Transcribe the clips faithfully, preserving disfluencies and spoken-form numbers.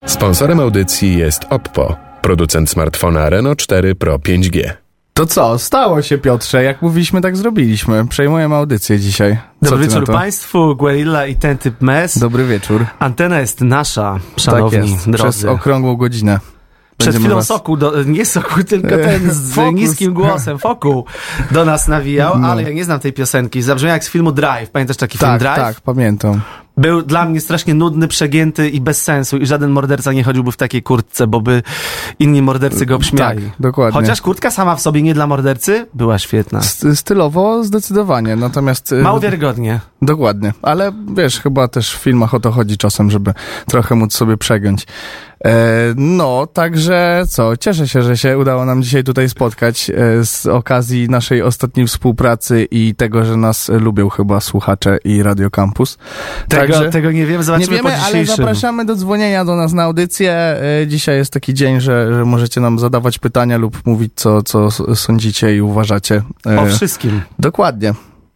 Sponsorem audycji jest Oppo, producent smartfona Reno cztery Pro pięć G. To co? Stało się, Piotrze. Jak mówiliśmy, tak zrobiliśmy. Przejmujemy audycję dzisiaj. Co Dobry wieczór Państwu, Guerilla i ten typ mes. Dobry wieczór. Antena jest nasza, szanowni tak jest, drodzy. Przez okrągłą godzinę. Przed chwilą was... Soku, do, nie Soku, tylko ten z niskim głosem, Foku do nas nawijał, no. Ale ja nie znam tej piosenki. Zabrzmiał jak z filmu Drive. Pamiętasz taki tak, film Drive? Tak, tak, pamiętam. Był dla mnie strasznie nudny, przegięty i bez sensu i żaden morderca nie chodziłby w takiej kurtce, bo by inni mordercy go obśmiali. Tak, dokładnie. Chociaż kurtka sama w sobie nie dla mordercy była świetna. Stylowo zdecydowanie, natomiast... Mało wiarygodnie. Dokładnie, ale wiesz, chyba też w filmach o to chodzi czasem, żeby trochę móc sobie przegiąć. E, no, także co, cieszę się, że się udało nam dzisiaj tutaj spotkać e, z okazji naszej ostatniej współpracy i tego, że nas lubią chyba słuchacze i Radio Campus. Tego, także, tego nie wiem, zobaczymy nie wiemy, po dzisiejszym. Ale zapraszamy do dzwonienia do nas na audycję. E, dzisiaj jest taki dzień, że, że możecie nam zadawać pytania lub mówić, co, co sądzicie i uważacie. E, o wszystkim. Dokładnie.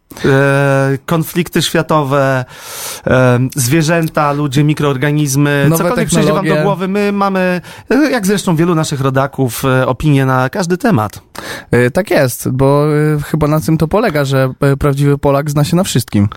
E, konflikty światowe, e, zwierzęta, ludzie, mikroorganizmy, nowe cokolwiek przyjdzie wam do głowy. My mamy, jak zresztą wielu naszych rodaków, e, opinie na każdy temat. E, tak jest, bo e, chyba na tym to polega, że e, prawdziwy Polak zna się na wszystkim.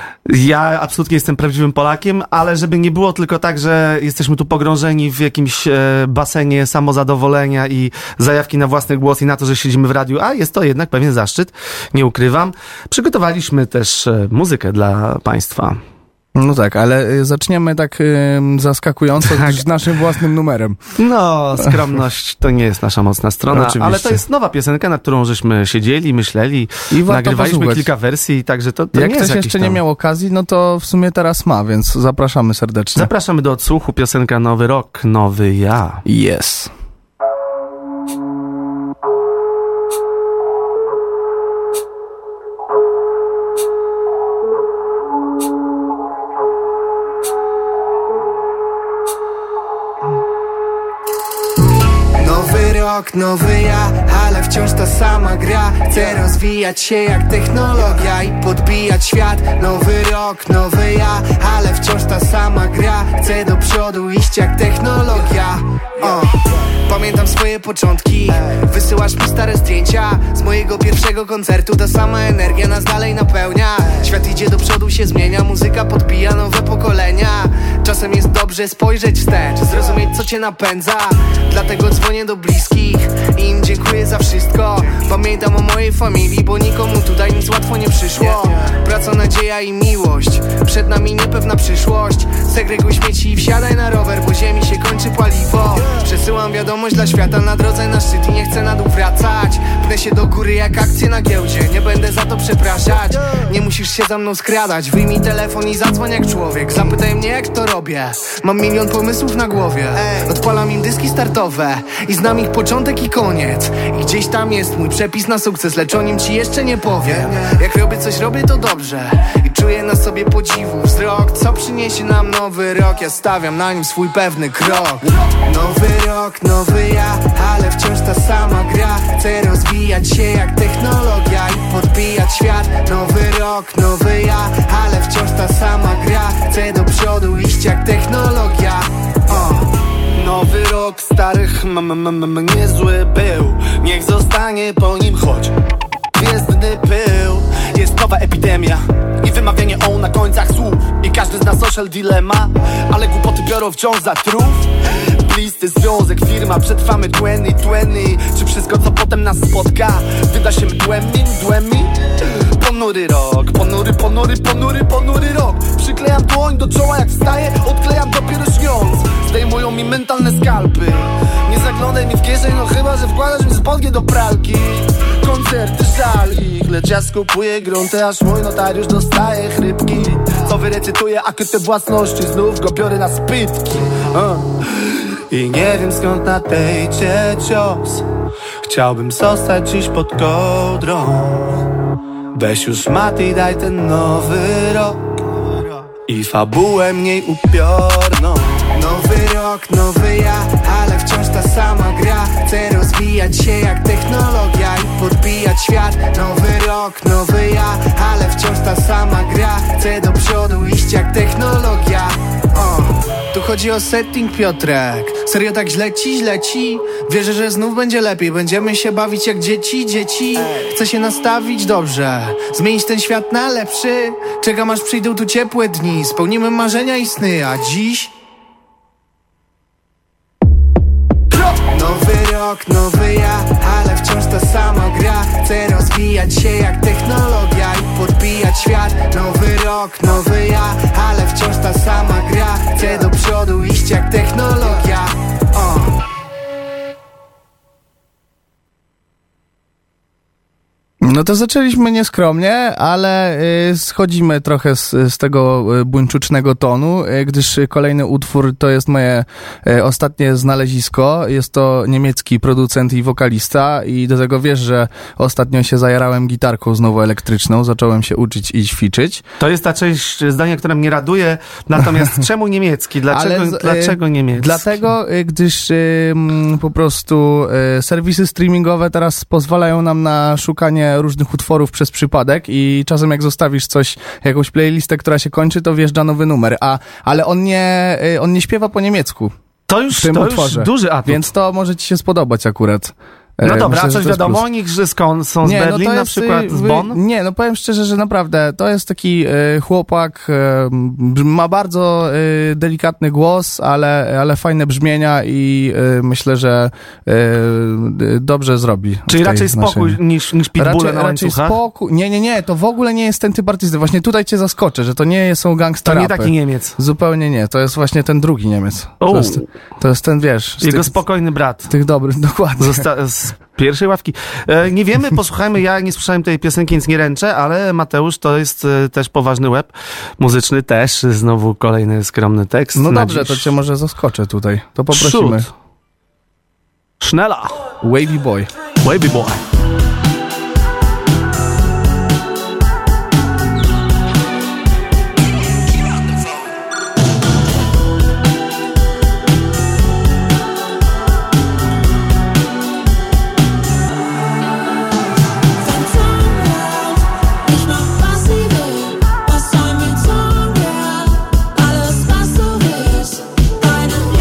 Ja absolutnie jestem prawdziwym Polakiem, ale żeby nie było tylko tak, że jesteśmy tu pogrążeni w jakimś e, basenie samozadowolenia i zajawki na własny głos i na to, że siedzimy w radiu, a jest to jednak pewien zaszczyt, nie ukrywam. Przygotowaliśmy też e, muzykę dla Państwa. No tak, ale zaczniemy tak y, zaskakująco tak. z naszym własnym numerem. No, skromność to nie jest nasza mocna strona, oczywiście. Ale to jest nowa piosenka, nad którą żeśmy siedzieli, myśleli, i nagrywaliśmy posłuchać. Kilka wersji, także to, to jak nie ktoś jest jeszcze tam... nie miał okazji, no to w sumie teraz ma, więc zapraszamy serdecznie. Zapraszamy do odsłuchu, piosenka Nowy Rok, Nowy Ja. Yes. Rok, nowy ja, ale wciąż ta sama gra. Chcę rozwijać się jak technologia i podbijać świat. Nowy rok, nowy ja, ale wciąż ta sama gra. Chcę do przodu iść jak technologia. O. Pamiętam swoje początki, wysyłasz mi stare zdjęcia z mojego pierwszego koncertu. Ta sama energia nas dalej napełnia. Świat idzie do przodu, się zmienia, muzyka podbija nowe pokolenia. Czasem jest dobrze spojrzeć wstecz, zrozumieć co cię napędza. Dlatego dzwonię do bliskich i im dziękuję za wszystko. Pamiętam o mojej familii, bo nikomu tutaj nic łatwo nie przyszło. Praca, nadzieja i miłość, przed nami niepewna przyszłość. Segreguj śmieci i wsiadaj na rower, bo ziemi się kończy paliwo. Przesyłam wiadomość dla świata na drodze na szczyt i nie chcę na dół wracać. Pnę się do góry jak akcje na giełdzie, nie będę za to przepraszać. Nie musisz się za mną skradać, wyjmij telefon i zadzwoń jak człowiek. Zapytaj mnie jak to robię, mam milion pomysłów na głowie. Odpalam im dyski startowe i znam ich początek i koniec. I gdzieś tam jest mój przepis na sukces, lecz o nim ci jeszcze nie powiem. Jak robię coś, robię to dobrze i czuję na sobie podziwu wzrok. Co przyniesie nam nowy rok, ja stawiam na nim swój pewny krok. Nowy rok, nowy ja, ale wciąż ta sama gra. Chcę rozwijać się jak technologia i podbijać świat. Nowy rok, nowy ja, ale wciąż ta sama gra. Chcę do przodu iść jak technologia. O. Nowy rok starych m- m- m- niezły był. Niech zostanie po nim choć gwiezdny pył. Jest nowa epidemia i wymawianie o na końcach słów. I każdy zna social dilemma, ale głupoty biorą wciąż za truf. Blisty związek, firma, przetrwamy dłeny, dłeny. Czy wszystko co potem nas spotka wyda się mdłemi, mdłemi? Ponury rok, ponury, ponury, ponury, ponury rok. Przyklejam dłoń do czoła jak wstaję, odklejam dopiero śniąc. Zdejmują mi mentalne skalpy. Nie zaglądaj mi w kieszeń, no chyba, że wkładasz mi spodnie do pralki. Koncerty żal ich, lecz ja skupuję grunty, aż mój notariusz dostaje chrypki. Co wyrecytuję akty własności, znów go biorę na spytki. uh. I nie wiem skąd nadejdzie cios. Chciałbym zostać dziś pod kołdrą. Weź już mat i daj ten nowy rok i fabułę mniej upiorną. Nowy rok, nowy ja, ale wciąż ta sama gra. Chcę rozwijać się jak technologia i podbijać świat. Nowy rok, nowy ja, ale wciąż ta sama gra. Chcę do przodu iść jak technologia. O. Tu chodzi o setting, Piotrek. Serio tak źle ci, źle ci? Wierzę, że znów będzie lepiej. Będziemy się bawić jak dzieci, dzieci. Chcę się nastawić dobrze, zmienić ten świat na lepszy. Czekam aż przyjdą tu ciepłe dni, spełnimy marzenia i sny, a dziś... Nowy rok, nowy ja, ale wciąż ta sama gra. Chcę rozwijać się jak technologia i podbijać świat. Nowy rok, nowy ja, ale wciąż ta sama gra. Chcę do przodu iść jak technologia. O. No to zaczęliśmy nieskromnie, ale y, schodzimy trochę z, z tego y, buńczucznego tonu, y, gdyż kolejny utwór to jest moje y, ostatnie znalezisko. Jest to niemiecki producent i wokalista i do tego wiesz, że ostatnio się zajarałem gitarką znowu elektryczną, zacząłem się uczyć i ćwiczyć. To jest ta część zdania, która mnie raduje, natomiast czemu niemiecki? Dlaczego, z, dlaczego niemiecki? Dlatego, y, gdyż y, po prostu y, serwisy streamingowe teraz pozwalają nam na szukanie różnych utworów przez przypadek i czasem jak zostawisz coś, jakąś playlistę, która się kończy, to wjeżdża nowy numer, a, ale on nie, on nie śpiewa po niemiecku. To już, w tym to utworze. Już duży atut. Więc to może ci się spodobać akurat. No dobra, Myślę, a coś wiadomo o nich, że skąd są z nie, Berlin no na jest, przykład, z Bonn? Nie, no powiem szczerze, że naprawdę to jest taki e, chłopak, e, ma bardzo e, delikatny głos, ale, ale fajne brzmienia i e, myślę, że e, dobrze zrobi. Czyli raczej spokój naszej... niż, niż pitbulle na łańcuchach? Raczej spokój. Nie, nie, nie, to w ogóle nie jest ten typ artysty. Właśnie tutaj cię zaskoczę, że to nie są gangsta To nie rapy. taki Niemiec. Zupełnie nie, to jest właśnie ten drugi Niemiec. To jest, to jest ten, wiesz... Jego tych, spokojny brat. Z tych dobrych, dokładnie. Zosta- z pierwszej ławki. E, nie wiemy, posłuchajmy, ja nie słyszałem tej piosenki, więc nie ręczę, ale Mateusz to jest e, też poważny łeb muzyczny, też znowu kolejny skromny tekst. No na dobrze, dziś. to cię może zaskoczę tutaj. To poprosimy. Shoot. Schnella. Wavy Boy. Wavy Boy.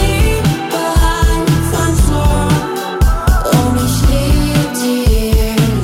Oh, ich lieb dich.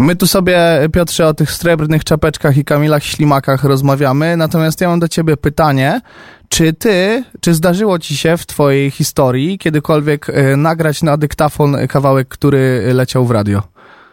My tu sobie, Piotrze, o tych srebrnych czapeczkach i Kamilach Ślimakach rozmawiamy, natomiast ja mam do ciebie pytanie, czy ty, czy zdarzyło ci się w twojej historii kiedykolwiek y, nagrać na dyktafon kawałek, który leciał w radio?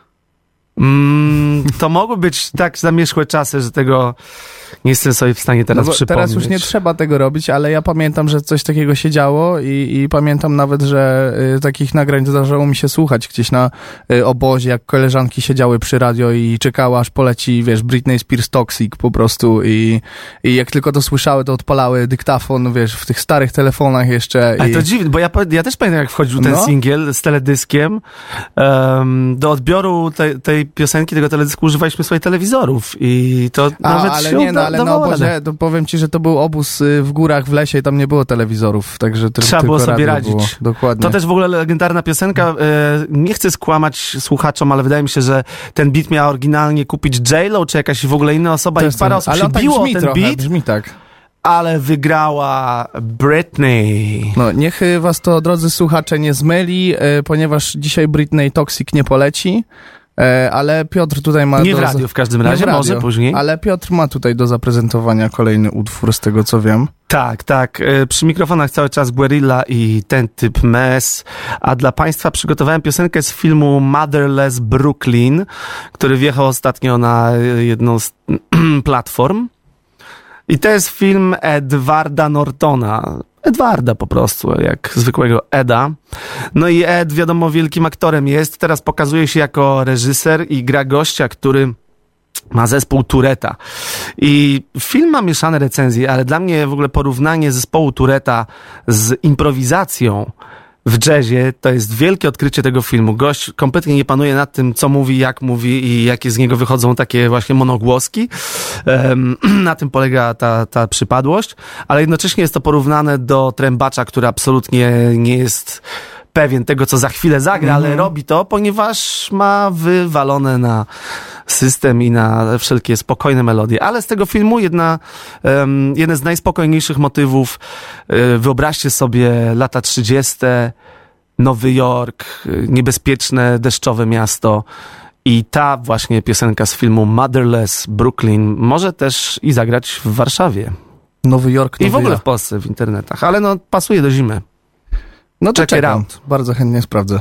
Mm, to mogły być tak zamierzchłe czasy, że tego nie jestem sobie w stanie teraz no przypomnieć. Teraz już nie trzeba tego robić, ale ja pamiętam, że coś takiego się działo i, i pamiętam nawet, że y, takich nagrań zdarzało mi się słuchać gdzieś na y, obozie, jak koleżanki siedziały przy radio i czekały, aż poleci, wiesz, Britney Spears Toxic po prostu i, i jak tylko to słyszały, to odpalały dyktafon, wiesz, w tych starych telefonach jeszcze. Ale i... to dziwne, bo ja, ja też pamiętam, jak wchodził ten No. singiel z teledyskiem. Um, do odbioru te, tej piosenki, tego teledysku używaliśmy swoich telewizorów i to A, nawet ale się nie, no, ale na dawało obozie, radę. to powiem ci, że to był obóz y, w górach, w lesie i tam nie było telewizorów, także ty, Trzeba tylko było sobie radio radzić. Było. Dokładnie. To też w ogóle legendarna piosenka. E, nie chcę skłamać słuchaczom, ale wydaje mi się, że ten beat miała oryginalnie kupić J-Lo, czy jakaś w ogóle inna osoba Też i parę to- osób ale się on tak biło o brzmi ten trochę, beat, brzmi tak. ale wygrała Britney. No, niech y, was to, drodzy słuchacze, nie zmyli, y, ponieważ dzisiaj Britney Toxic nie poleci, y, ale Piotr tutaj ma... Nie do w radiu w każdym Nie razie, w radio, może później. Ale Piotr ma tutaj do zaprezentowania kolejny utwór, z tego co wiem. Tak, tak. E, Przy mikrofonach cały czas Guerilla i ten typ Mess. A dla państwa przygotowałem piosenkę z filmu Motherless Brooklyn, który wjechał ostatnio na e, jedną z platform. I to jest film Edwarda Nortona. Edwarda po prostu, jak zwykłego Eda. No i Ed, wiadomo, wielkim aktorem jest. Teraz pokazuje się jako reżyser i gra gościa, który ma zespół Touretta. I film ma mieszane recenzje, ale dla mnie w ogóle porównanie zespołu Touretta z improwizacją w jazzie to jest wielkie odkrycie tego filmu. Gość kompletnie nie panuje nad tym, co mówi, jak mówi i jakie z niego wychodzą takie właśnie monogłoski. Um, na tym polega ta, ta przypadłość, ale jednocześnie jest to porównane do trębacza, który absolutnie nie jest pewien tego, co za chwilę zagra, ale robi to, ponieważ ma wywalone na system i na wszelkie spokojne melodie. Ale z tego filmu jedna, um, jeden z najspokojniejszych motywów, y, wyobraźcie sobie lata trzydzieste, Nowy Jork, y, niebezpieczne, deszczowe miasto i ta właśnie piosenka z filmu Motherless Brooklyn może też i zagrać w Warszawie. Nowy Jork, Nowy I w ogóle Jork. w Polsce, w internetach, ale no pasuje do zimy. No to check it czekam. out. Bardzo chętnie sprawdzę.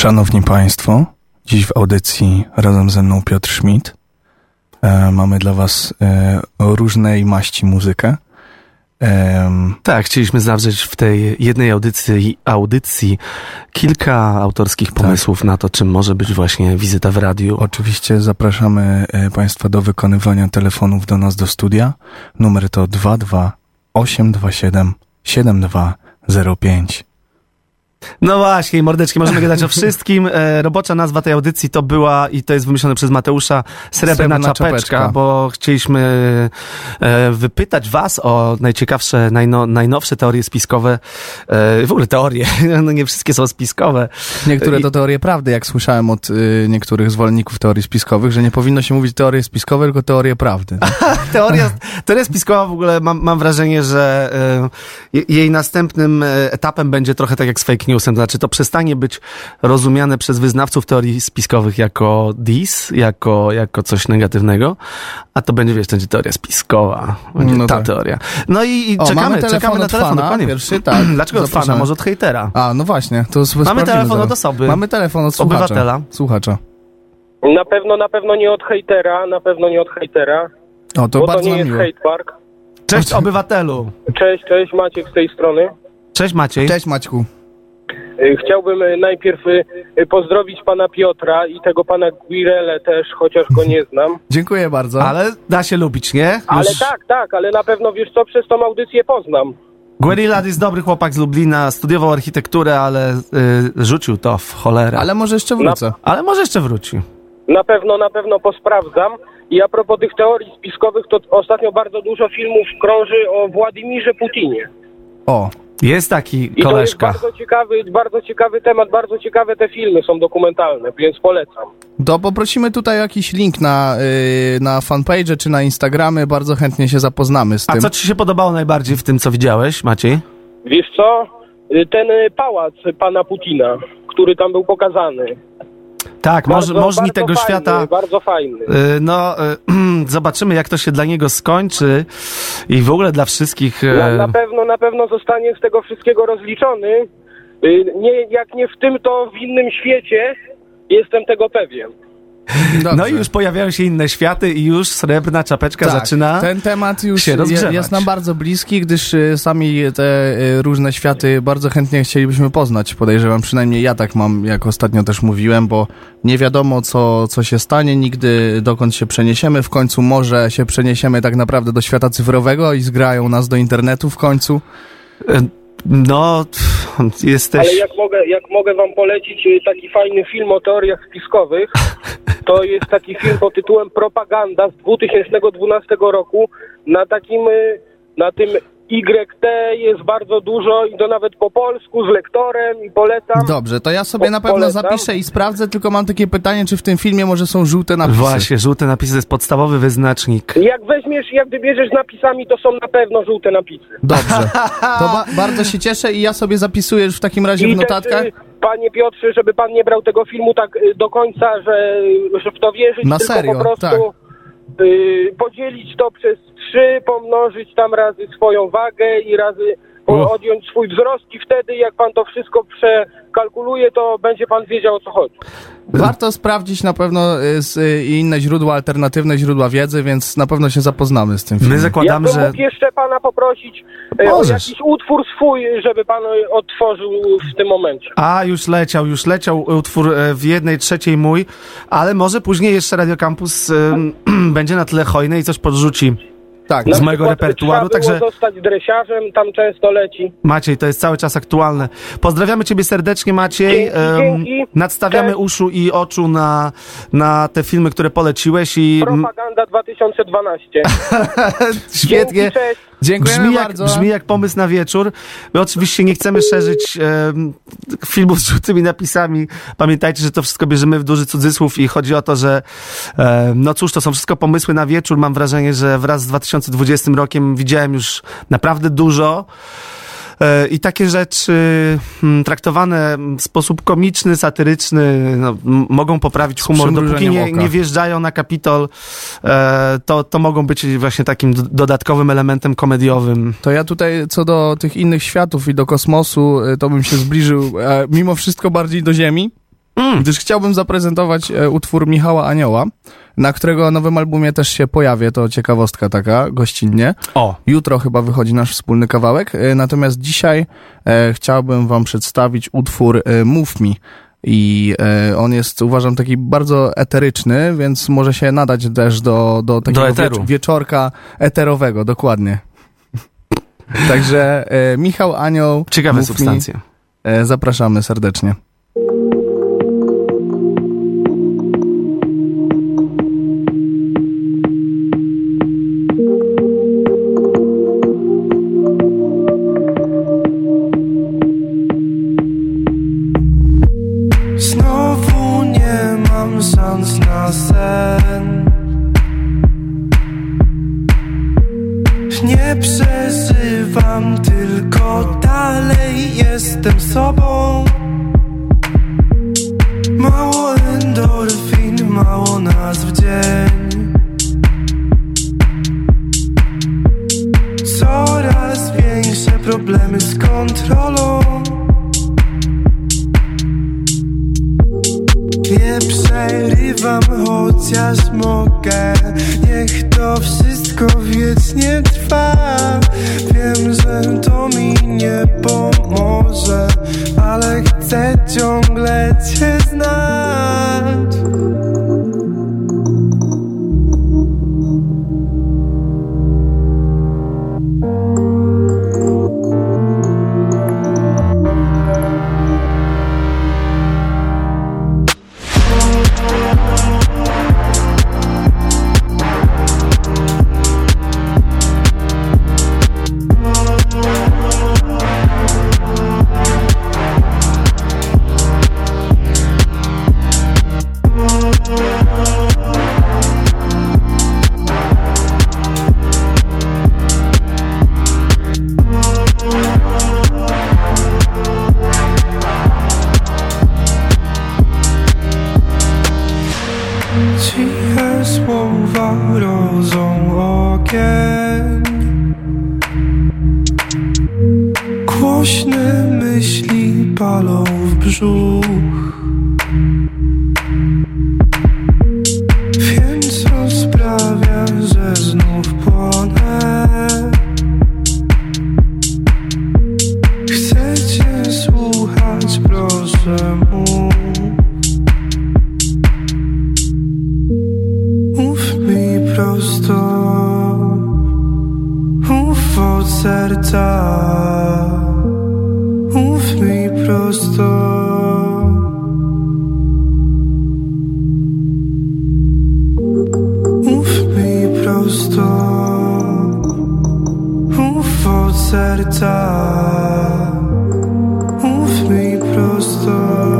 Szanowni Państwo, dziś w audycji razem ze mną Piotr Schmidt. E, mamy dla Was e, różnej maści muzykę. E, Tak, chcieliśmy zawrzeć w tej jednej audycji, audycji kilka autorskich pomysłów tak. na to, czym może być właśnie wizyta w radiu. Oczywiście zapraszamy e, Państwa do wykonywania telefonów do nas do studia. Numer to dwa dwa osiem dwa siedem siedem dwa zero pięć. No właśnie, mordeczki, możemy gadać o wszystkim. E, robocza nazwa tej audycji to była, i to jest wymyślone przez Mateusza, Srebrna, Srebrna czapeczka, czapeczka, bo chcieliśmy e, wypytać was o najciekawsze, najno, najnowsze teorie spiskowe. E, w ogóle teorie, no nie wszystkie są spiskowe. Niektóre to teorie prawdy, jak słyszałem od y, niektórych zwolenników teorii spiskowych, że nie powinno się mówić teorie spiskowe, tylko teorie prawdy. teoria, teoria spiskowa w ogóle, mam, mam wrażenie, że y, jej następnym etapem będzie trochę tak jak z fake newsem, znaczy to przestanie być rozumiane przez wyznawców teorii spiskowych jako dis, jako, jako coś negatywnego, a to będzie, wiesz, to będzie teoria spiskowa, będzie no ta tak. teoria. No i, i o, czekamy, czekamy na telefon, dokładnie. Pierwszy, tak. Dlaczego od fana? Może od hejtera? A, no właśnie. To mamy telefon od osoby. Mamy telefon od słuchacza. Obywatela. Słuchacza. Na pewno, na pewno nie od hejtera, na pewno nie od hejtera. O, to bo bardzo to nie jest miło. hate park. Cześć obywatelu. Cześć, cześć, Maciek z tej strony. Cześć Maciej. Cześć Maćku. Chciałbym najpierw pozdrowić pana Piotra i tego pana Guirele też, chociaż go nie znam. Dziękuję bardzo. Ale da się lubić, nie? Już... Ale tak, tak, ale na pewno, wiesz co, przez tą audycję poznam. Guerilla jest dobry chłopak z Lublina, studiował architekturę, ale y, rzucił to w cholerę. Ale może jeszcze wrócę. Na... Ale może jeszcze wróci. Na pewno, na pewno posprawdzam. I a propos tych teorii spiskowych, to ostatnio bardzo dużo filmów krąży o Władimirze Putinie. O. Jest taki I koleżka. to jest bardzo ciekawy, bardzo ciekawy temat, bardzo ciekawe te filmy są dokumentalne, więc polecam. To poprosimy tutaj jakiś link na, yy, na fanpage czy na Instagramy, bardzo chętnie się zapoznamy z tym. A co ci się podobało najbardziej w tym, co widziałeś, Maciej? Wiesz co? Ten pałac pana Putina, który tam był pokazany. Tak, bardzo, możni bardzo tego fajny, świata. Bardzo fajny. Yy, no, yy, zobaczymy, jak to się dla niego skończy i w ogóle dla wszystkich. Yy... Na, na pewno, na pewno zostanie z tego wszystkiego rozliczony. Yy, nie, jak nie w tym, to w innym świecie. Jestem tego pewien. Dobrze. No i już pojawiają się inne światy i już Srebrna Czapeczka tak, zaczyna ten temat już się rozgrzewać. Jest nam bardzo bliski, gdyż sami te różne światy bardzo chętnie chcielibyśmy poznać. Podejrzewam, przynajmniej ja tak mam, jak ostatnio też mówiłem, bo nie wiadomo, co, co się stanie, nigdy dokąd się przeniesiemy. W końcu może się przeniesiemy tak naprawdę do świata cyfrowego i zgrają nas do internetu w końcu. No, jesteś... Ale jak mogę, jak mogę wam polecić taki fajny film o teoriach spiskowych, to jest taki film pod tytułem Propaganda z dwa tysiące dwunastego roku. Na takim, na tym Y T jest bardzo dużo i to nawet po polsku z lektorem i polecam. Dobrze, to ja sobie po, na pewno polecam. zapiszę i sprawdzę, tylko mam takie pytanie, czy w tym filmie może są żółte napisy? Właśnie, żółte napisy to jest podstawowy wyznacznik. Jak weźmiesz, jak wybierzesz napisami, to są na pewno żółte napisy. Dobrze, to ba- bardzo się cieszę i ja sobie zapisuję już w takim razie I w notatkach. Też, panie Piotrze, żeby pan nie brał tego filmu tak do końca, że, że w to wierzyć, na tylko serio, po prostu tak. y, podzielić to przez trzy, pomnożyć tam razy swoją wagę i razy po, odjąć swój wzrost i wtedy jak pan to wszystko przekalkuluje, to będzie pan wiedział, o co chodzi. Warto sprawdzić na pewno z, y, inne źródła, alternatywne źródła wiedzy, więc na pewno się zapoznamy z tym filmem. My zakładamy, ja bym że... mógł jeszcze pana poprosić e, o jakiś utwór swój, żeby pan odtworzył w tym momencie. A, już leciał, już leciał utwór w jednej trzeciej mój, ale może później jeszcze Radio Campus y, będzie na tyle hojny i coś podrzuci. Tak, z mojego repertuaru, trzeba także... było zostać dresiarzem, tam często leci. Maciej, to jest cały czas aktualne. Pozdrawiamy ciebie serdecznie, Maciej. Dzięki, dzięki. Nadstawiamy Cześć. uszu i oczu na, na te filmy, które poleciłeś i... Propaganda dwa tysiące dwanaście. Świetnie. Dzięki, cześć. dziękujemy Brzmi jak, bardzo. brzmi jak pomysł na wieczór. My oczywiście nie chcemy szerzyć e, filmów z żółtymi napisami. Pamiętajcie, że to wszystko bierzemy w duży cudzysłów i chodzi o to, że e, no cóż, to są wszystko pomysły na wieczór. Mam wrażenie, że wraz z dwa tysiące dwudziestym rokiem widziałem już naprawdę dużo. I takie rzeczy traktowane w sposób komiczny, satyryczny, no, m- mogą poprawić humor. Dopóki nie, nie wjeżdżają na Kapitol, e, to, to mogą być właśnie takim d- dodatkowym elementem komediowym. To ja tutaj co do tych innych światów i do kosmosu, to bym się zbliżył e, mimo wszystko bardziej do Ziemi. Mm. Gdyż chciałbym zaprezentować e, utwór Michała Anioła, na którego nowym albumie też się pojawię, to ciekawostka taka, gościnnie. O. Jutro chyba wychodzi nasz wspólny kawałek, e, natomiast dzisiaj e, chciałbym wam przedstawić utwór e, Move Me. I e, on jest, uważam, taki bardzo eteryczny, więc może się nadać też do, do takiego do eteru. wiecz- wieczorka eterowego, dokładnie. Także e, Michał Anioł. Ciekawe substancje. E, zapraszamy serdecznie. Znowu nie mam szans na sen. Nie przeżywam, tylko dalej jestem sobą. Mało endorfin, mało nas w dzień. Coraz większe problemy z kontrolą. Nie przerywam, chociaż mogę. Niech to wszystko wiecznie trwa. Wiem, że to mi nie pomoże, ale chcę ciągle cię znać. Ciche słowa rozą ogień. Głośne myśli palą w brzuch. Wiem, co sprawia, że znów płonę. Chcę cię słuchać, proszę mów. Mów mi prosto, mów od serca. Mów mi prosto. Mów mi prosto, mów od serca. Mów mi prosto.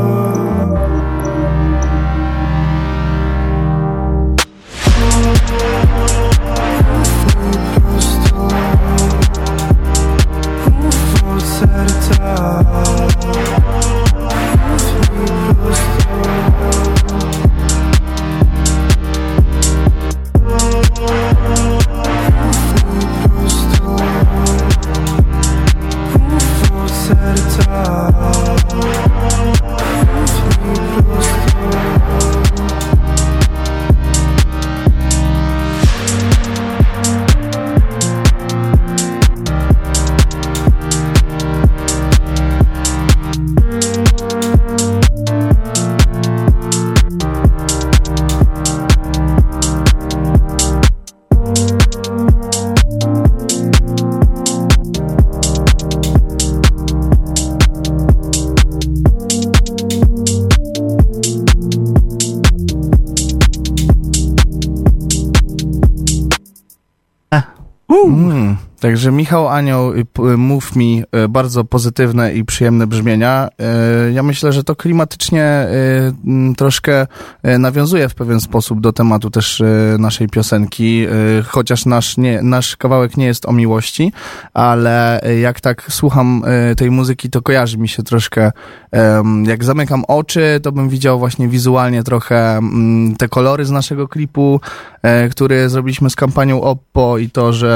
Mm, także Michał Anioł, Move Me, bardzo pozytywne i przyjemne brzmienia. Ja myślę, że to klimatycznie troszkę nawiązuje w pewien sposób do tematu też naszej piosenki, chociaż nasz, nie, nasz kawałek nie jest o miłości, ale jak tak słucham tej muzyki, to kojarzy mi się troszkę, jak zamykam oczy, to bym widział właśnie wizualnie trochę te kolory z naszego klipu, który zrobiliśmy z kampanią Oppo i to, że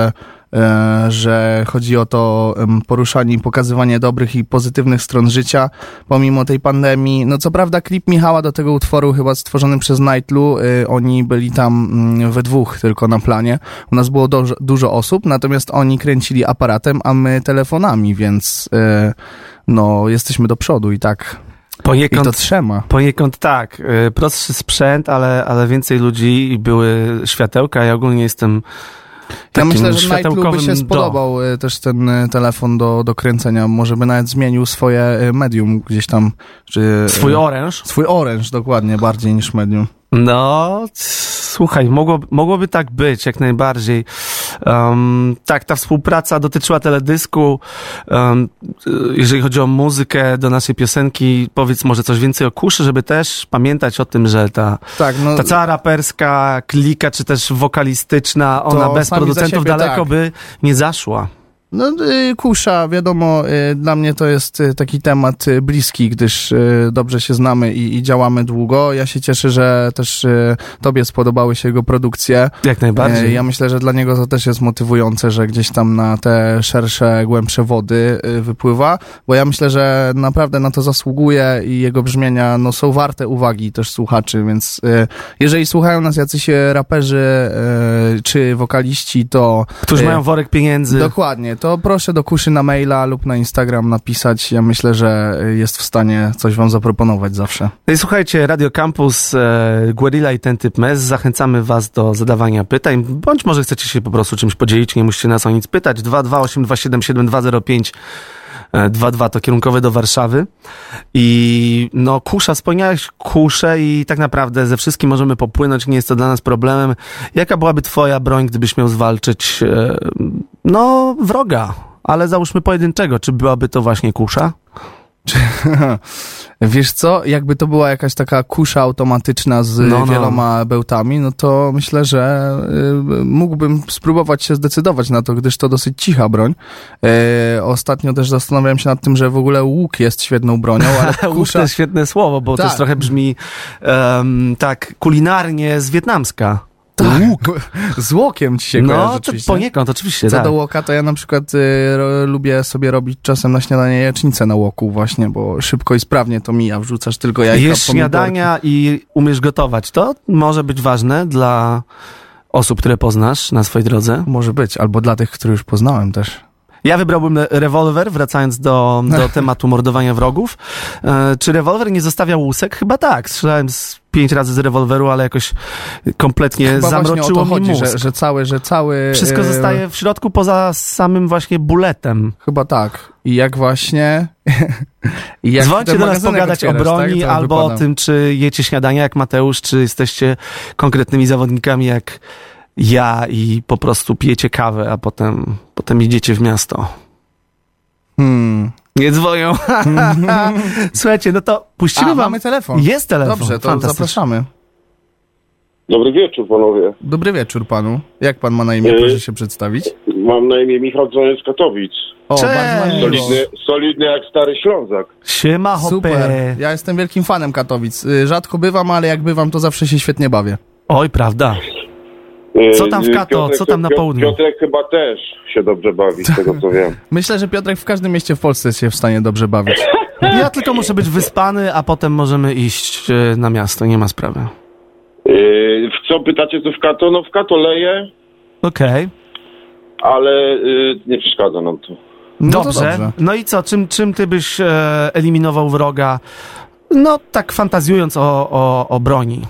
e, że chodzi o to em, poruszanie i pokazywanie dobrych i pozytywnych stron życia pomimo tej pandemii. No co prawda klip Michała do tego utworu chyba stworzony przez Nightlu, y, oni byli tam mm, we dwóch tylko na planie. U nas było do, dużo osób, natomiast oni kręcili aparatem, a my telefonami, więc y, no jesteśmy do przodu i tak Poniekąd, i to trzyma. Poniekąd tak. Y, prostszy sprzęt, ale, ale więcej ludzi i były światełka. Ja ogólnie jestem Ja myślę, że Nightlu by światełkowym się spodobał do. też ten telefon do, do kręcenia. Może by nawet zmienił swoje medium gdzieś tam. Czy, Swój oręż? Swój oręż, dokładnie, bardziej niż medium. No, słuchaj, mogło, mogłoby tak być, jak najbardziej. Um, tak, ta współpraca dotyczyła teledysku. Um, jeżeli chodzi o muzykę do naszej piosenki, powiedz może coś więcej o Kuszy, żeby też pamiętać o tym, że ta, tak, no, ta cała raperska klika, czy też wokalistyczna, ona bez producentów siebie, daleko tak. by nie zaszła. No, y, Kusza, wiadomo, y, dla mnie to jest y, taki temat y, bliski, gdyż y, dobrze się znamy i, i działamy długo. Ja się cieszę, że też y, tobie spodobały się jego produkcje. Jak najbardziej. Y, ja myślę, że dla niego to też jest motywujące, że gdzieś tam na te szersze, głębsze wody y, wypływa, bo ja myślę, że naprawdę na to zasługuje i jego brzmienia no, są warte uwagi też słuchaczy, więc y, jeżeli słuchają nas jacyś raperzy y, czy wokaliści, to... Którzy y, mają worek pieniędzy. Dokładnie. To proszę do Kuszy na maila lub na Instagram napisać. Ja myślę, że jest w stanie coś wam zaproponować zawsze. No i słuchajcie, Radio Campus, e, Guerilla i ten typ mes. Zachęcamy was do zadawania pytań, bądź może chcecie się po prostu czymś podzielić, nie musicie nas o nic pytać. dwa dwa osiem dwa siedem siedem dwa zero pięć dwa dwa to kierunkowe do Warszawy. I no Kusza, wspomniałeś Kuszę i tak naprawdę ze wszystkim możemy popłynąć, nie jest to dla nas problemem. Jaka byłaby twoja broń, gdybyś miał zwalczyć e, no wroga, ale załóżmy pojedynczego, czy byłaby to właśnie Kusza? Wiesz co, jakby to była jakaś taka kusza automatyczna z no, no. wieloma bełtami, no to myślę, że y, mógłbym spróbować się zdecydować na to, gdyż to dosyć cicha broń. Y, ostatnio też zastanawiałem się nad tym, że w ogóle łuk jest świetną bronią, ale kusza... Łuk to jest świetne słowo, bo tak. to jest trochę brzmi um, tak kulinarnie z wietnamska. Tak, łuk. Z łokiem ci się no, kojarzy to oczywiście. poniekąd, oczywiście, Co tak. do łoka, to ja na przykład y, ro, lubię sobie robić czasem na śniadanie jajecznicę na łoku właśnie, bo szybko i sprawnie to mija, wrzucasz tylko jajka, Jesz śniadania i umiesz gotować. To może być ważne dla osób, które poznasz na swojej drodze. Może być, albo dla tych, których już poznałem też. Ja wybrałbym rewolwer, wracając do, do tematu mordowania wrogów. E, czy rewolwer nie zostawia łusek? Chyba tak. Strzelałem z pięć razy z rewolweru, ale jakoś kompletnie Chyba zamroczyło mi chodzi, mózg. Że, że cały, że cały... Wszystko zostaje w środku poza samym właśnie buletem. Chyba tak. I jak właśnie... I jak Dzwońcie do nas pogadać o broni, tak? albo wypada. o tym, czy jecie śniadania jak Mateusz, czy jesteście konkretnymi zawodnikami jak ja i po prostu pijecie kawę, a potem, potem idziecie w miasto. Hmm. Nie dzwonią. Słuchajcie, no to puścimy a, wam... mamy telefon. Jest telefon. Dobrze, to zapraszamy. Dobry wieczór, panowie. Dobry wieczór panu. Jak pan ma na imię? Proszę się przedstawić. Mam na imię Michał, dzwonię z Katowic. O, Cześć. bardzo solidny, solidny jak stary Ślązak. Siema, hopy. Super. Ja jestem wielkim fanem Katowic. Rzadko bywam, ale jak bywam, to zawsze się świetnie bawię. Oj, prawda. Co tam w Kato? Piotrek, Co tam na południu? Piotrek chyba też się dobrze bawi, z tego co wiem. Myślę, że Piotrek w każdym mieście w Polsce jest się w stanie dobrze bawić. Ja tylko muszę być wyspany, a potem możemy iść na miasto, nie ma sprawy. Yy, w co pytacie, co w Kato? No w Kato leje, Okej. Okay. ale yy, nie przeszkadza nam to. No dobrze. To dobrze. No i co? Czym, czym ty byś e, eliminował wroga? No tak fantazjując o, o, o broni.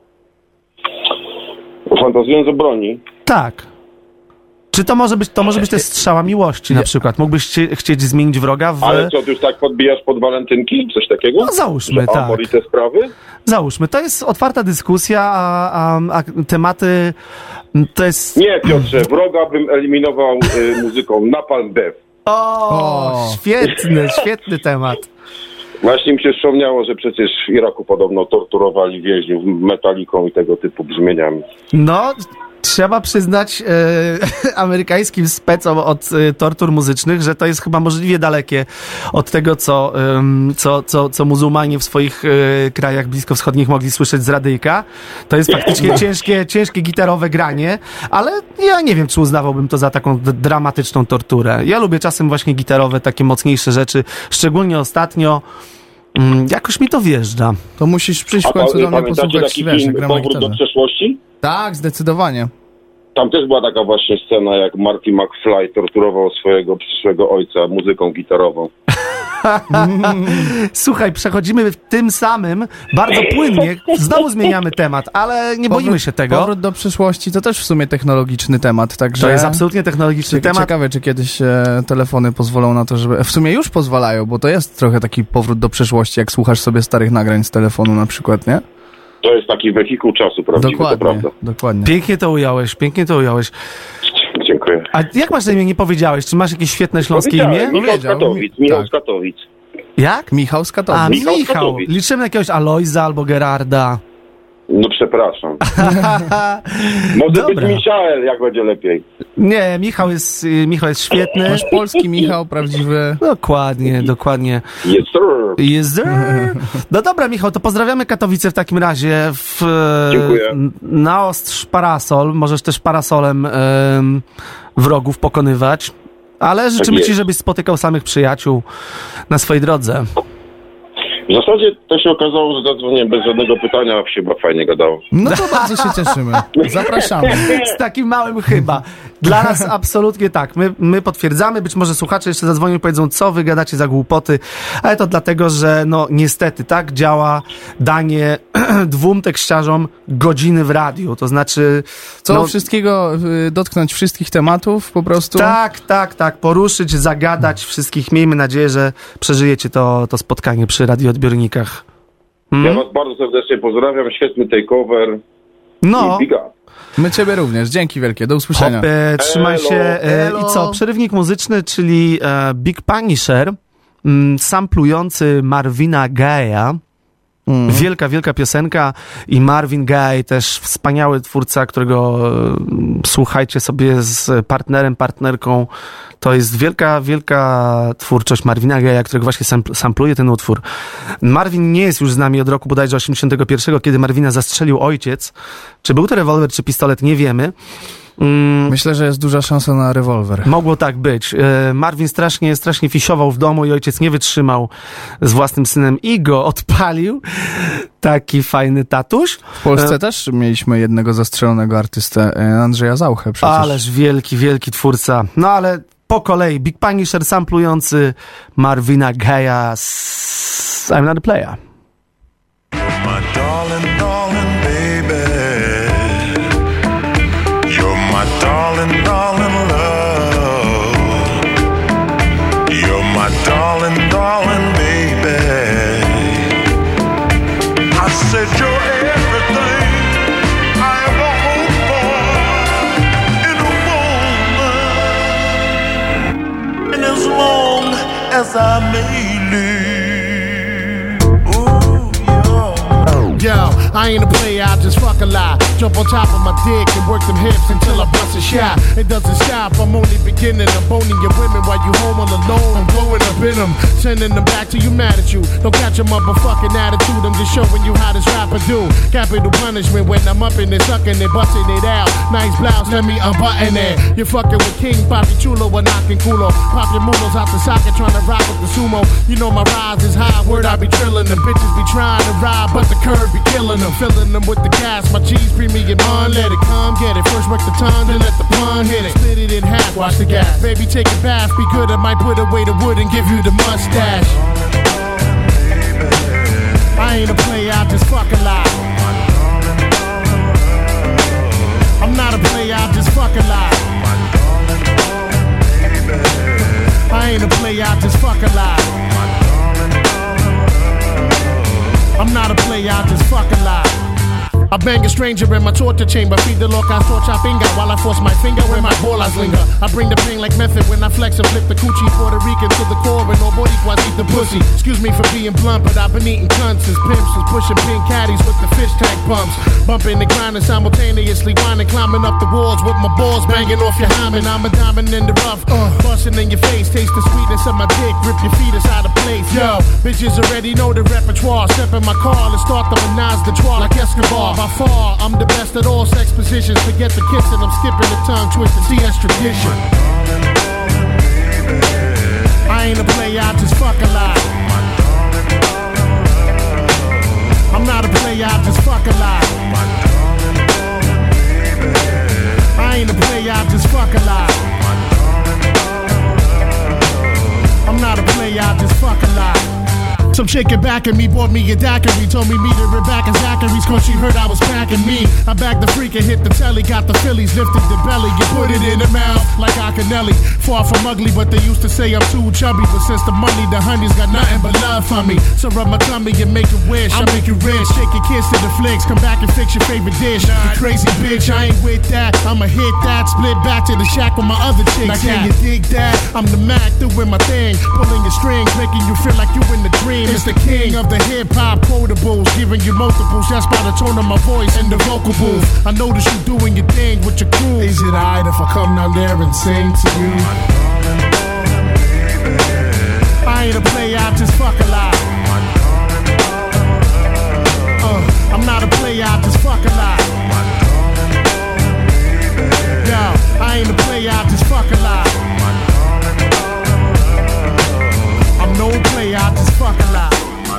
Fantazjując o broni? Tak. Czy to może być, to może być też strzała miłości na przykład? Mógłbyś chcie, chcieć zmienić wroga w... Ale co, ty już tak podbijasz pod walentynki? Coś takiego? No załóżmy, Że tak. amor i te sprawy? Załóżmy, to jest otwarta dyskusja, a, a, a tematy to jest... Nie, Piotrze, wroga bym eliminował y, muzyką Napalm Death. O, O. świetny, świetny temat. Właśnie mi się wspomniało, że przecież w Iraku podobno torturowali więźniów metaliką i tego typu brzmieniami. No, Trzeba przyznać e, amerykańskim specom od e, tortur muzycznych, że to jest chyba możliwie dalekie od tego, co, e, co, co, co muzułmanie w swoich e, krajach bliskowschodnich mogli słyszeć z radyjka. To jest faktycznie ciężkie, ciężkie gitarowe granie, ale ja nie wiem, czy uznawałbym to za taką d- dramatyczną torturę. Ja lubię czasem właśnie gitarowe, takie mocniejsze rzeczy, szczególnie ostatnio. Mm, jakoś mi to wjeżdża. To musisz przyjść w A końcu do mnie pamiętacie posłuchać, taki wiesz, film jak gram na Powrót do gitarze. przeszłości? Tak, zdecydowanie. Tam też była taka właśnie scena, jak Marty McFly torturował swojego przyszłego ojca muzyką gitarową. Słuchaj, przechodzimy w tym samym bardzo płynnie. Znowu zmieniamy temat, ale nie boimy się tego. Powrót do przyszłości to też w sumie technologiczny temat, także... To jest absolutnie technologiczny Cieka- temat. Ciekawe, czy kiedyś e, telefony pozwolą na to, żeby... W sumie już pozwalają, bo to jest trochę taki powrót do przeszłości, jak słuchasz sobie starych nagrań z telefonu na przykład, nie? To jest taki wehikuł czasu, prawdziwy, to Dokładnie, prawda. dokładnie. Pięknie to ująłeś, pięknie to ująłeś. Dziękuję. A jak masz na imię, nie powiedziałeś? Czy masz jakieś świetne śląskie imię? Powiedziałem, Michał z Powiedział, Katowic, mi- Michał tak. z Katowic. Jak? Michał z Katowic. A, Michał z Michał. Katowic. Liczymy na jakiegoś Alojza albo Gerarda. No przepraszam. Może Dobra. być Michael, jak będzie lepiej. Nie, Michał jest, y, Michał jest świetny. Masz polski Michał, prawdziwy... Dokładnie, dokładnie. Yes, sir. Jest. No dobra, Michał, to pozdrawiamy Katowice w takim razie. W, Dziękuję. n- Naostrz parasol. Możesz też parasolem em, wrogów pokonywać. Ale życzymy jest. ci, żebyś spotykał samych przyjaciół na swojej drodze. W zasadzie to się okazało, że zadzwoniłem bez żadnego pytania, a się chyba fajnie gadało. No to bardzo się cieszymy. Zapraszamy. Z takim małym chyba. Dla nas absolutnie tak. My, my potwierdzamy, być może słuchacze jeszcze zadzwonią i powiedzą, co wy gadacie za głupoty, ale to dlatego, że no niestety tak działa danie dwóm tekściarzom godziny w radiu. To znaczy... Co no, wszystkiego, y, dotknąć wszystkich tematów po prostu? Tak, tak, tak. Poruszyć, zagadać wszystkich. Miejmy nadzieję, że przeżyjecie to, to spotkanie przy radioodbiornikach. Ja Hmm? was bardzo serdecznie pozdrawiam, świetny takeover No. i big up. My ciebie również. Dzięki wielkie. Do usłyszenia. Hopy, trzymaj Elo. się. E, Elo. I co? Przerywnik muzyczny, czyli e, Big Punisher, mm, samplujący Marvina Gaye'a. Mhm. Wielka, wielka piosenka i Marvin Gaye, też wspaniały twórca, którego e, słuchajcie sobie z partnerem, partnerką. To jest wielka, wielka twórczość Marvina Gaye'a, którego właśnie sampl- sampluje ten utwór. Marvin nie jest już z nami od roku bodajże osiemdziesiątego pierwszego, kiedy Marvina zastrzelił ojciec. Czy był to rewolwer, czy pistolet, nie wiemy. Mm, Myślę, że jest duża szansa na rewolwer. Mogło tak być. E, Marvin strasznie, strasznie fisiował w domu i ojciec nie wytrzymał z własnym synem i go odpalił. Taki fajny tatuś. W Polsce też mieliśmy jednego zastrzelonego artystę, e, Andrzeja Zauchę przecież. Ależ wielki, wielki twórca. No ale po kolei Big Punisher samplujący Marvina Gaye'a z I'm Not a Player. My darling, darling baby, you're my darling, darling love. You're my darling, darling baby. I said you're everything I ever hoped for in a woman, and as long as I may live. Yo, I ain't a player, I just fuck a lie. Jump on top of my dick and work them hips until I bust a shot. It doesn't stop, I'm only beginning. I'm boning your women while you home all alone. I'm blowing up in them, sending them back to you mad at you. Don't catch a motherfucking attitude, I'm just showing you how this rapper do. Capital punishment when I'm up in it, sucking it, busting it out. Nice blouse, let me unbutton it. You're fucking with King Papi Chulo or knocking culo. Pop your mulos out the socket, trying to rock with the sumo. You know my rise is high, word I be trillin' them. Bitches be trying to ride, but the curve be killing them, filling them with the gas. My G's premium on, let it come, get it. First work the tongue, then let the pun hit it. Split it in half, watch the gas. Baby, take a bath, be good. I might put away the wood and give you the mustache. I ain't a player, I just fuck a lie. I'm not a player, I just fuck a lie. I ain't a player, I just fuck a lie. I'm not a player, I just fucking lie. I bang a stranger in my torture chamber. Feed the loca, torch I finger while I force my finger where my ballers linger. I bring the pain like method when I flex and flip the coochie Puerto Rican to the core and nobody quite eat the pussy. Excuse me for being blunt, but I've been eating cunts as pimps was pushing pink caddies with the fish tank pumps. Bumping and grinding simultaneously, grinding, climbing up the walls with my balls banging off your hymen. I'm a diamond in the rough, uh, busting in your face. Taste the sweetness of my dick, rip your fetus out of place. Yo, bitches already know the repertoire. Step in my car, let's start the menage the trois like Escobar. By far, I'm the best at all sex positions. Forget the kissing, I'm skipping the tongue twisting. See, that's tradition. I ain't a player, I just fuck a lot. I'm not a player, I just fuck a lot. I ain't a player, I just fuck a lot. I'm not a player, I just fuck a lot. Some chicken back at me, bought me a daiquiri. Told me meet her back in Zachary's cause she heard I was packing me. I bagged the freak and hit the telly. Got the Phillies, lifted the belly. You put it in the mouth like Akinelli. Far from ugly, but they used to say I'm too chubby. But since the money, the honey's got nothing but love for me. So rub my tummy and make a wish. I'll make you rich. Shake your kiss to the flicks. Come back and fix your favorite dish. You crazy bitch, I ain't with that. I'ma hit that. Split back to the shack with my other chicks. Now can you dig that? I'm the Mac doing my thing. Pulling your strings, making you feel like you in the dream. It's the king of the hip-hop quotables, giving you multiples. That's by the tone of my voice and the vocal booth. I notice you doing your thing with your crew. Is it alright if I come down there and sing to you? I ain't a player, I just fuck a lot. Uh, I'm not a player, I just fuck a lot. Yo, I ain't a player, I just fuck a lot. I'm no player, I just fuck a lot.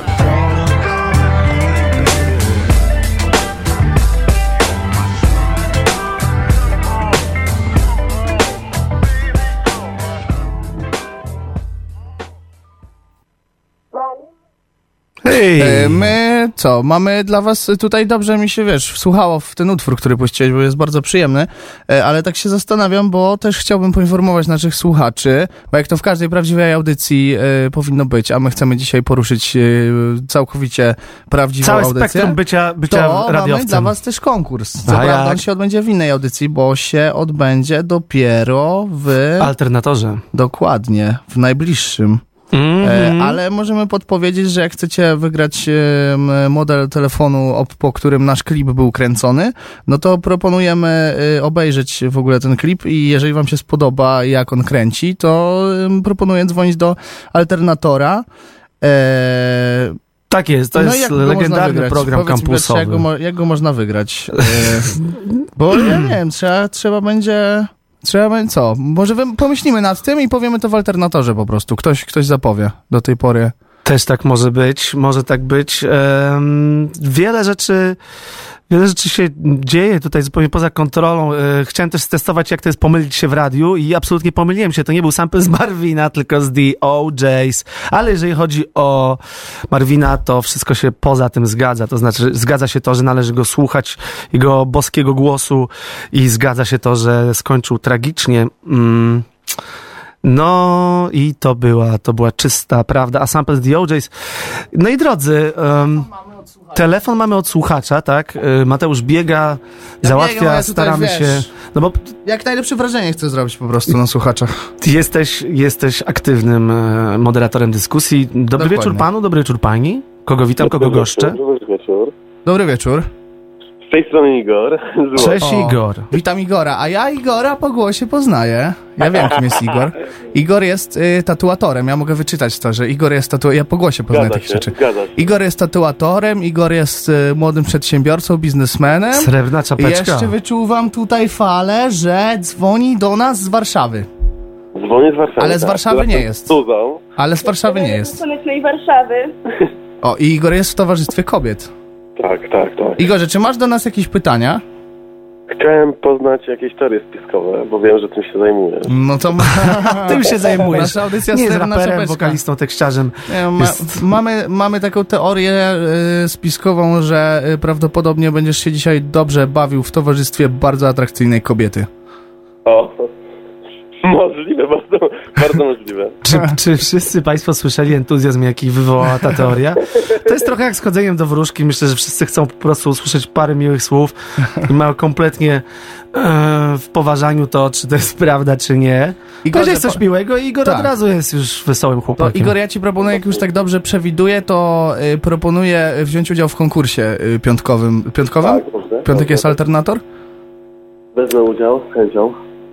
Hej! E, my co, mamy dla was tutaj, dobrze mi się, wiesz, wsłuchało w ten utwór, który puściłeś, bo jest bardzo przyjemny, e, ale tak się zastanawiam, bo też chciałbym poinformować naszych słuchaczy, bo jak to w każdej prawdziwej audycji e, powinno być, a my chcemy dzisiaj poruszyć e, całkowicie prawdziwą Całe audycję. spektrum bycia, bycia to radiowcem. mamy dla was też konkurs. Co A prawda jak? on się odbędzie w innej audycji, bo się odbędzie dopiero w... Alternatorze. Dokładnie, w najbliższym. Mm-hmm. E, ale możemy podpowiedzieć, że jak chcecie wygrać e, model telefonu Oppo, którym nasz klip był kręcony, no to proponujemy e, obejrzeć w ogóle ten klip i jeżeli wam się spodoba, jak on kręci, to e, proponuję dzwonić do Alternatora. E, Tak jest, to no jest jak go legendarny program Powiedz mi, kampusowy. Jak go, mo- jak go można wygrać? E, bo ja nie wiem, trzeba, trzeba będzie... Trzeba będzie co? Może wy- pomyślimy nad tym i powiemy to w Alternatorze po prostu. Ktoś, ktoś zapowie do tej pory. Też tak może być, może tak być. Um, wiele rzeczy, wiele rzeczy się dzieje tutaj zupełnie poza kontrolą. E, chciałem też stestować, jak to jest pomylić się w radiu i absolutnie pomyliłem się. To nie był sample z Marvina, tylko z The O J's. Ale jeżeli chodzi o Marvina, to wszystko się poza tym zgadza. To znaczy, zgadza się to, że należy go słuchać, jego boskiego głosu i zgadza się to, że skończył tragicznie. Mm. No i to była, to była czysta prawda. A sample z The O J's. No i drodzy, um, telefon mamy od słuchacza, tak? Mateusz biega, Ja załatwia, biegam, ja tutaj, staramy wiesz, się. No bo Jak najlepsze wrażenie chcę zrobić po prostu na słuchaczach. jesteś, jesteś aktywnym e, moderatorem dyskusji. Dobry Dokładnie. wieczór panu, dobry wieczór pani. Kogo witam, kogo goszczę? Dobry wieczór. Dobry wieczór. Z tej strony Igor. Zło. Cześć O, Igor. Witam Igora, a ja Igora po głosie poznaję. Ja wiem, kim jest Igor. Igor jest y, tatuatorem, ja mogę wyczytać to, że Igor jest tatuatorem. Ja po głosie poznaję Zgadza takie się, rzeczy. zgadza się. Igor jest tatuatorem, Igor jest y, młodym przedsiębiorcą, biznesmenem. Srebrna I czapeczka. jeszcze wyczuwam tutaj falę, że dzwoni do nas z Warszawy. Dzwonię z Warszawy. Ale z tak. Warszawy Teraz nie jestem jest. z Tuzą. Ale z Warszawy nie jest. Słonecznej Warszawy. O, i Igor jest w towarzystwie kobiet. Tak, tak, tak. Igorze, czy masz do nas jakieś pytania? Chciałem poznać jakieś teorie spiskowe, bo wiem, że tym się zajmuję. No to Tym się zajmujesz. Nasza audycja Nie jest Srebrna raperem, Czapeczka. wokalistą, tekściarzem. Nie, ma, Jest- mamy, mamy taką teorię y, spiskową, że y, prawdopodobnie będziesz się dzisiaj dobrze bawił w towarzystwie bardzo atrakcyjnej kobiety. O, Możliwe, bardzo, bardzo możliwe. Czy, czy wszyscy Państwo słyszeli entuzjazm, jaki wywołała ta teoria? To jest trochę jak z chodzeniem do wróżki. Myślę, że wszyscy chcą po prostu usłyszeć parę miłych słów i mają kompletnie e, w poważaniu to, czy to jest prawda, czy nie. Igor, jest coś miłego i Igor tak. od razu jest już wesołym chłopakiem. To Igor, ja Ci proponuję, jak już tak dobrze przewiduję, to y, proponuję wziąć udział w konkursie y, piątkowym. Piątkowym? Tak, dobrze. Piątek jest alternator? Wezmę udział z chęcią.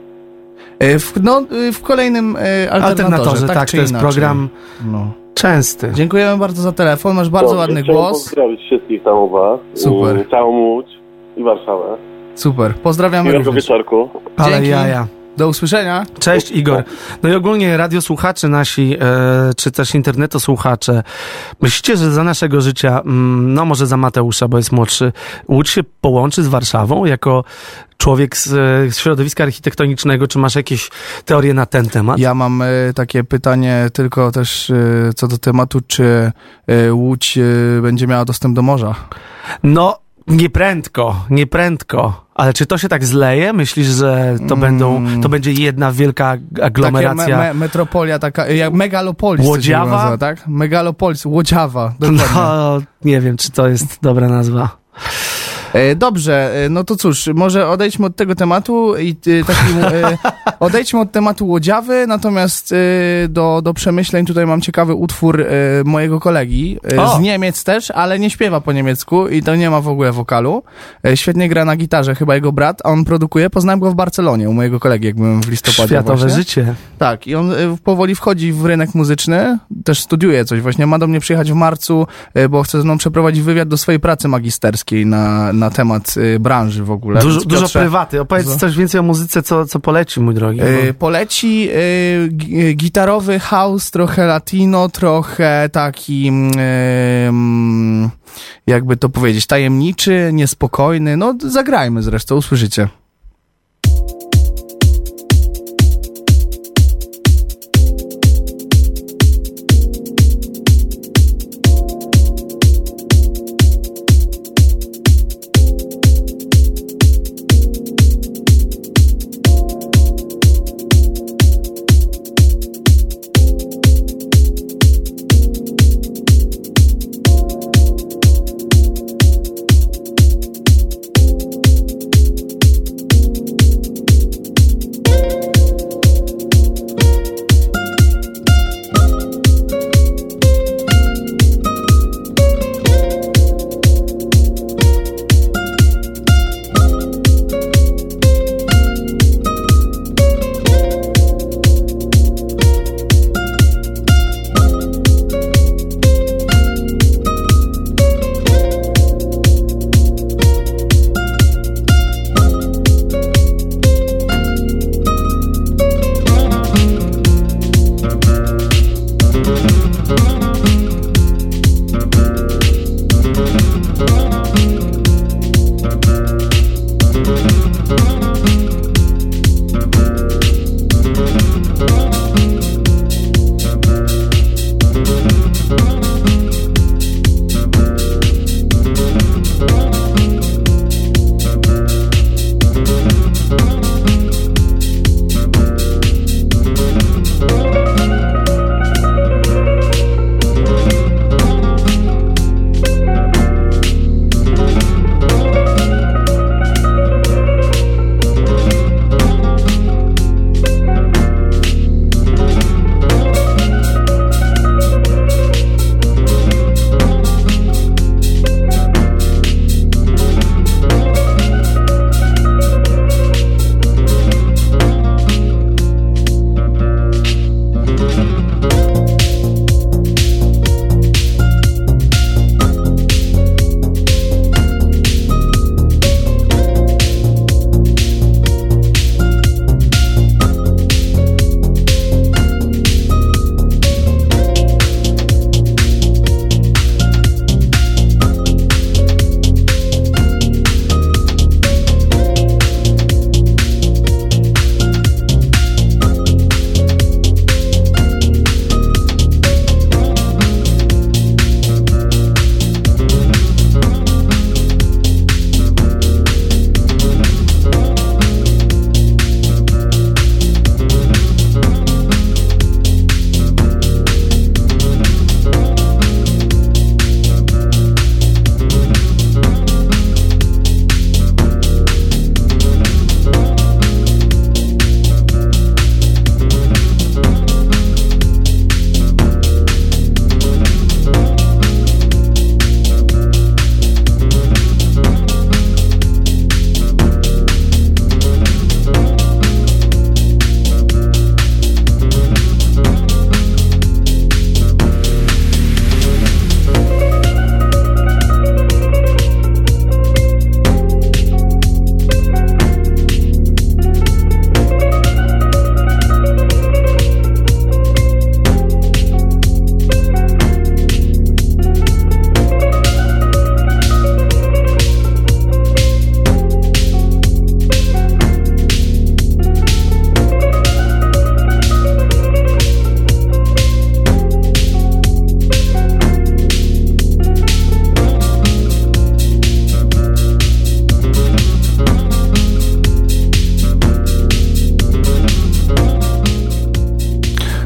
W, no, w kolejnym e, alternatorze, alternatorze, tak, tak to jest inaczej. program no. częsty. Dziękujemy bardzo za telefon, masz bardzo Dobrze, ładny chciałem głos. pozdrowić wszystkich tam u was. Super. I całą Łódź i Warszawę. Super, pozdrawiamy Miłego również. wieczorku. Ale Dzięki. jaja. Do usłyszenia. Cześć Igor. No i ogólnie radiosłuchacze nasi, e, czy też internetosłuchacze, myślicie, że za naszego życia, mm, no może za Mateusza, bo jest młodszy, Łódź się połączy z Warszawą jako człowiek z, z środowiska architektonicznego? Czy masz jakieś teorie na ten temat? Ja mam y, takie pytanie tylko też y, co do tematu, czy y, Łódź y, będzie miała dostęp do morza? No, nieprędko, nieprędko. Ale czy to się tak zleje? Myślisz, że to Mm. będą, to będzie jedna wielka aglomeracja? Takie me, me, metropolia, taka jak megalopolis. Łodziawa? To się nazywa, tak? Megalopolis, Łodziawa. Dokładnie. No, nie wiem, czy to jest dobra nazwa. E, Dobrze, e, no to cóż, może odejdźmy od tego tematu i e, takim, e, odejdźmy od tematu łodziawy, natomiast e, do, do przemyśleń tutaj mam ciekawy utwór e, mojego kolegi, e, O! z Niemiec też, ale nie śpiewa po niemiecku i to nie ma w ogóle wokalu. E, świetnie gra na gitarze, chyba jego brat, a on produkuje. Poznałem go w Barcelonie, u mojego kolegi, jak byłem w listopadzie. Światowe właśnie. życie. Tak, i on e, powoli wchodzi w rynek muzyczny, też studiuje coś właśnie, ma do mnie przyjechać w marcu, e, bo chce ze mną przeprowadzić wywiad do swojej pracy magisterskiej na, na temat y, branży w ogóle. Dużo, Więc, dużo Piotrze, prywaty. Opowiedz za- coś więcej o muzyce, co, co poleci, mój drogi. y, poleci y, gi- gitarowy house, trochę latino, trochę taki y, mm, jakby to powiedzieć, tajemniczy, niespokojny. No zagrajmy zresztą, usłyszycie.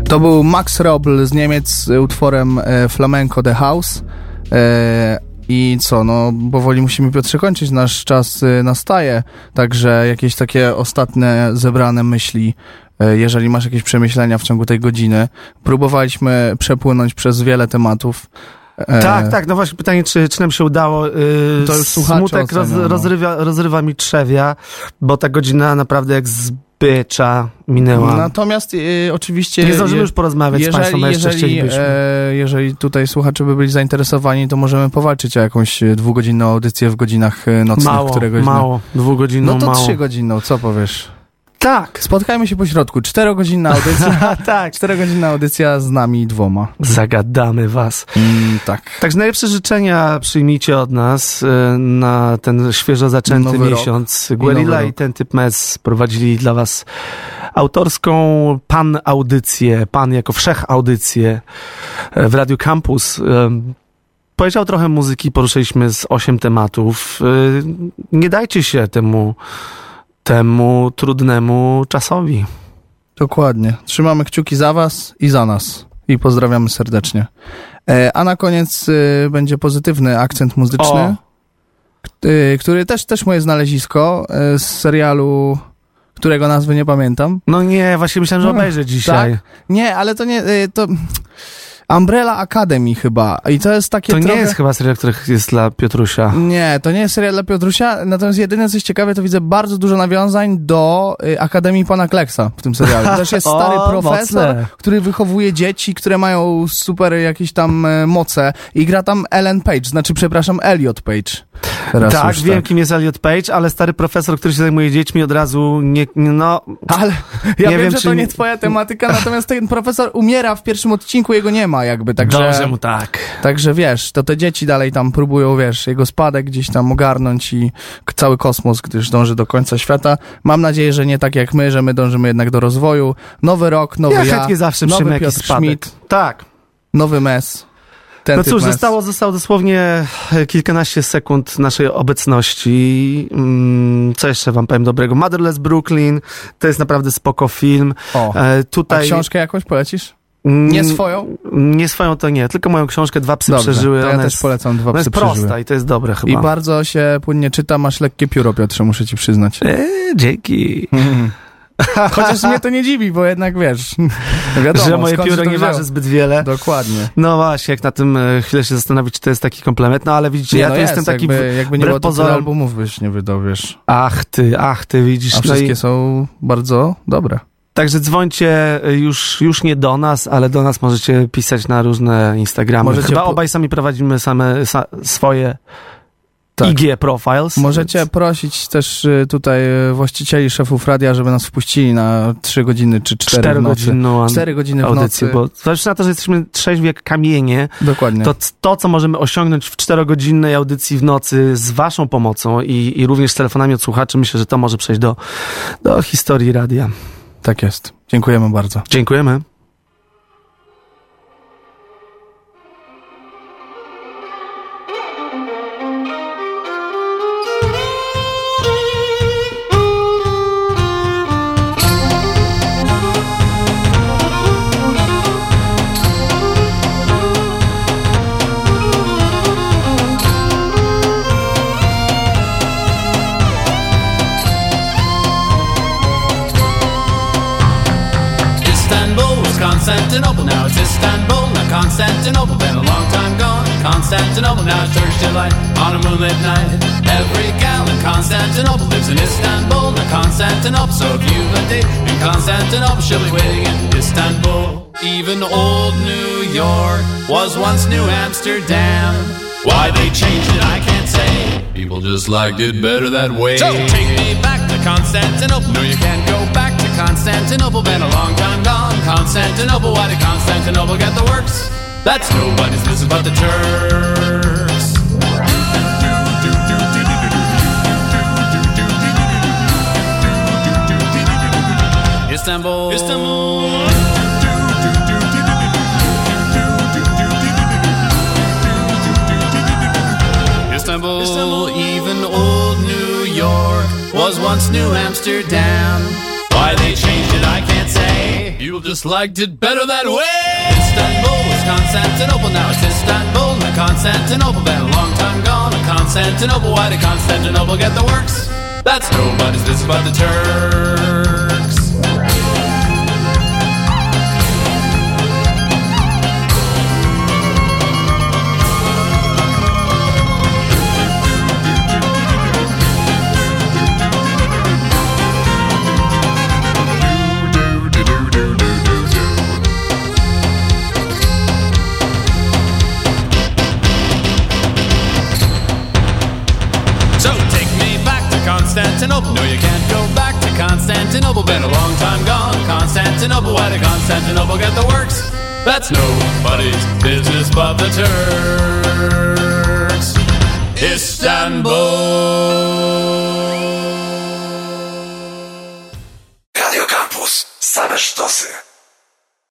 To był Max Robl z Niemiec z utworem e, Flamenco The House. E, I co, no powoli musimy, Piotrze, kończyć, nasz czas y, nastaje, także jakieś takie ostatnie zebrane myśli, y, jeżeli masz jakieś przemyślenia w ciągu tej godziny. Próbowaliśmy przepłynąć przez wiele tematów. E... Tak, tak, no właśnie pytanie, czy, czy nam się udało. Yy, to już słuchacze smutek roz, ocenią, no. rozrywa, rozrywa mi trzewia, bo ta godzina naprawdę jak z bycza minęła. Natomiast y, oczywiście... Nie zdążymy już porozmawiać jeżeli, z Państwem, a jeszcze jeżeli, chcielibyśmy. E, jeżeli tutaj słuchacze by byli zainteresowani, to możemy powalczyć o jakąś dwugodzinną audycję w godzinach nocnych. Mało, które godziny... mało, dwugodzinną No to mało. trzygodzinną, co powiesz? Tak. Spotkajmy się po środku. Czterogodzinna audycja. Tak. Czterogodzinna audycja z nami dwoma. Zagadamy was. Mm, tak. Także najlepsze życzenia przyjmijcie od nas y, na ten świeżo zaczęty Nowy miesiąc. rok. Guerilla I i, i ten typ mes prowadzili dla was autorską pan audycję, pan jako wszech audycję w Radiu Campus. Y, Powiedział trochę muzyki, poruszyliśmy z osiem tematów. Y, nie dajcie się temu temu trudnemu czasowi. Dokładnie. Trzymamy kciuki za was i za nas. I pozdrawiamy serdecznie. E, a na koniec y, będzie pozytywny akcent muzyczny, y, który też, też moje znalezisko y, z serialu, którego nazwy nie pamiętam. No nie, właśnie myślałem, że obejrzę dzisiaj. Tak? Nie, ale to nie... Y, to... Umbrella Academy chyba. I to jest takie To trochę... nie jest chyba serial, który jest dla Piotrusia. Nie, to nie jest serial dla Piotrusia, natomiast jedyne co jest ciekawe, to widzę bardzo dużo nawiązań do y, Akademii Pana Kleksa w tym serialu. Też jest stary O, profesor, mocne. który wychowuje dzieci, które mają super jakieś tam y, moce i gra tam Ellen Page, znaczy przepraszam, Elliot Page. Teraz tak, już wiem, tak. kim jest Elliot Page, ale stary profesor, który się zajmuje dziećmi, od razu nie, nie no... Ale ja nie wiem, wiem, że czy... to nie twoja tematyka, natomiast ten profesor umiera w pierwszym odcinku, jego nie ma jakby, także... Dobrze mu tak. Także wiesz, to te dzieci dalej tam próbują, wiesz, jego spadek gdzieś tam ogarnąć i k- cały kosmos, gdyż dąży do końca świata. Mam nadzieję, że nie tak jak my, że my dążymy jednak do rozwoju. Nowy rok, nowy Ja ja, chętnie zawsze nowy przyjmę jakiś Piotr spadek. Schmidt, Tak. nowy mes. Ten No typ cóż, mes. zostało, zostało dosłownie kilkanaście sekund naszej obecności. Mm, co jeszcze wam powiem dobrego? Motherless Brooklyn, to jest naprawdę spoko film. O, E, a tutaj... książkę jakąś polecisz? Mm, Nie swoją? Nie swoją to nie, tylko moją książkę Dwa psy Dobrze, przeżyły. to ja Ona też jest, polecam Dwa ona psy jest prosta przeżyły. i to jest dobre chyba. I bardzo się płynnie czyta, masz lekkie pióro, Piotrze, muszę ci przyznać. Eee, dzięki. Chociaż mnie to nie dziwi, bo jednak wiesz, wiadomo, że moje skąd pióro się to nie wzięło. waży zbyt wiele. Dokładnie. No właśnie, jak na tym e, chwilę się zastanowić, czy to jest taki komplement, no ale widzicie, Nie, ja no to jest, jestem taki jakby, jakby nie wbrew było to pozorom- tyle albumów byś nie wydał, wiesz. Ach ty, ach ty, widzisz. A no wszystkie i, są bardzo dobre. także dzwońcie e, już, już nie do nas, ale do nas możecie pisać na różne Instagramy. Możecie Chyba po- obaj sami prowadzimy same sa, swoje Tak. I G profiles. Możecie więc- prosić też y, tutaj y, właścicieli, szefów radia, żeby nas wpuścili na trzy godziny czy cztery w nocy. Czterogodzinną Cztery godziny w audycję, nocy. bo zważywszy na to, że jesteśmy trzeźwi jak kamienie, Dokładnie. to c- to, co możemy osiągnąć w czterogodzinnej audycji w nocy z waszą pomocą i, i również z telefonami od słuchaczy, myślę, że to może przejść do, do historii radia. Tak jest. Dziękujemy bardzo. Dziękujemy. Istanbul was Constantinople, now it's Istanbul, not Constantinople. Been a long time gone. Constantinople, now it's Turkish delight on a moonlit night. Every gal in Constantinople lives in Istanbul, not Constantinople. So if you've a date in Constantinople, she'll be waiting in Istanbul. Even old New York was once New Amsterdam. Why they changed it, I can't say. People just liked it better that way. So take me back to Constantinople. No, you can't go back to Constantinople. Been a long time gone. Constantinople, why did Constantinople get the works? That's nobody's business but the Turks. Istanbul, Istanbul. Istanbul, Istanbul, even old New York was once New Amsterdam. Why they changed it, I can't say. You people just liked it better that way. Istanbul was Constantinople, now it's Istanbul, not Constantinople. Been a long time gone, Constantinople. Why did Constantinople get the works? That's nobody's business but the Turks. Constantinople. No, you can't go back to Constantinople. Been a long time gone. Constantinople. Why did Constantinople get the works? That's nobody's business but the Turks. Istanbul.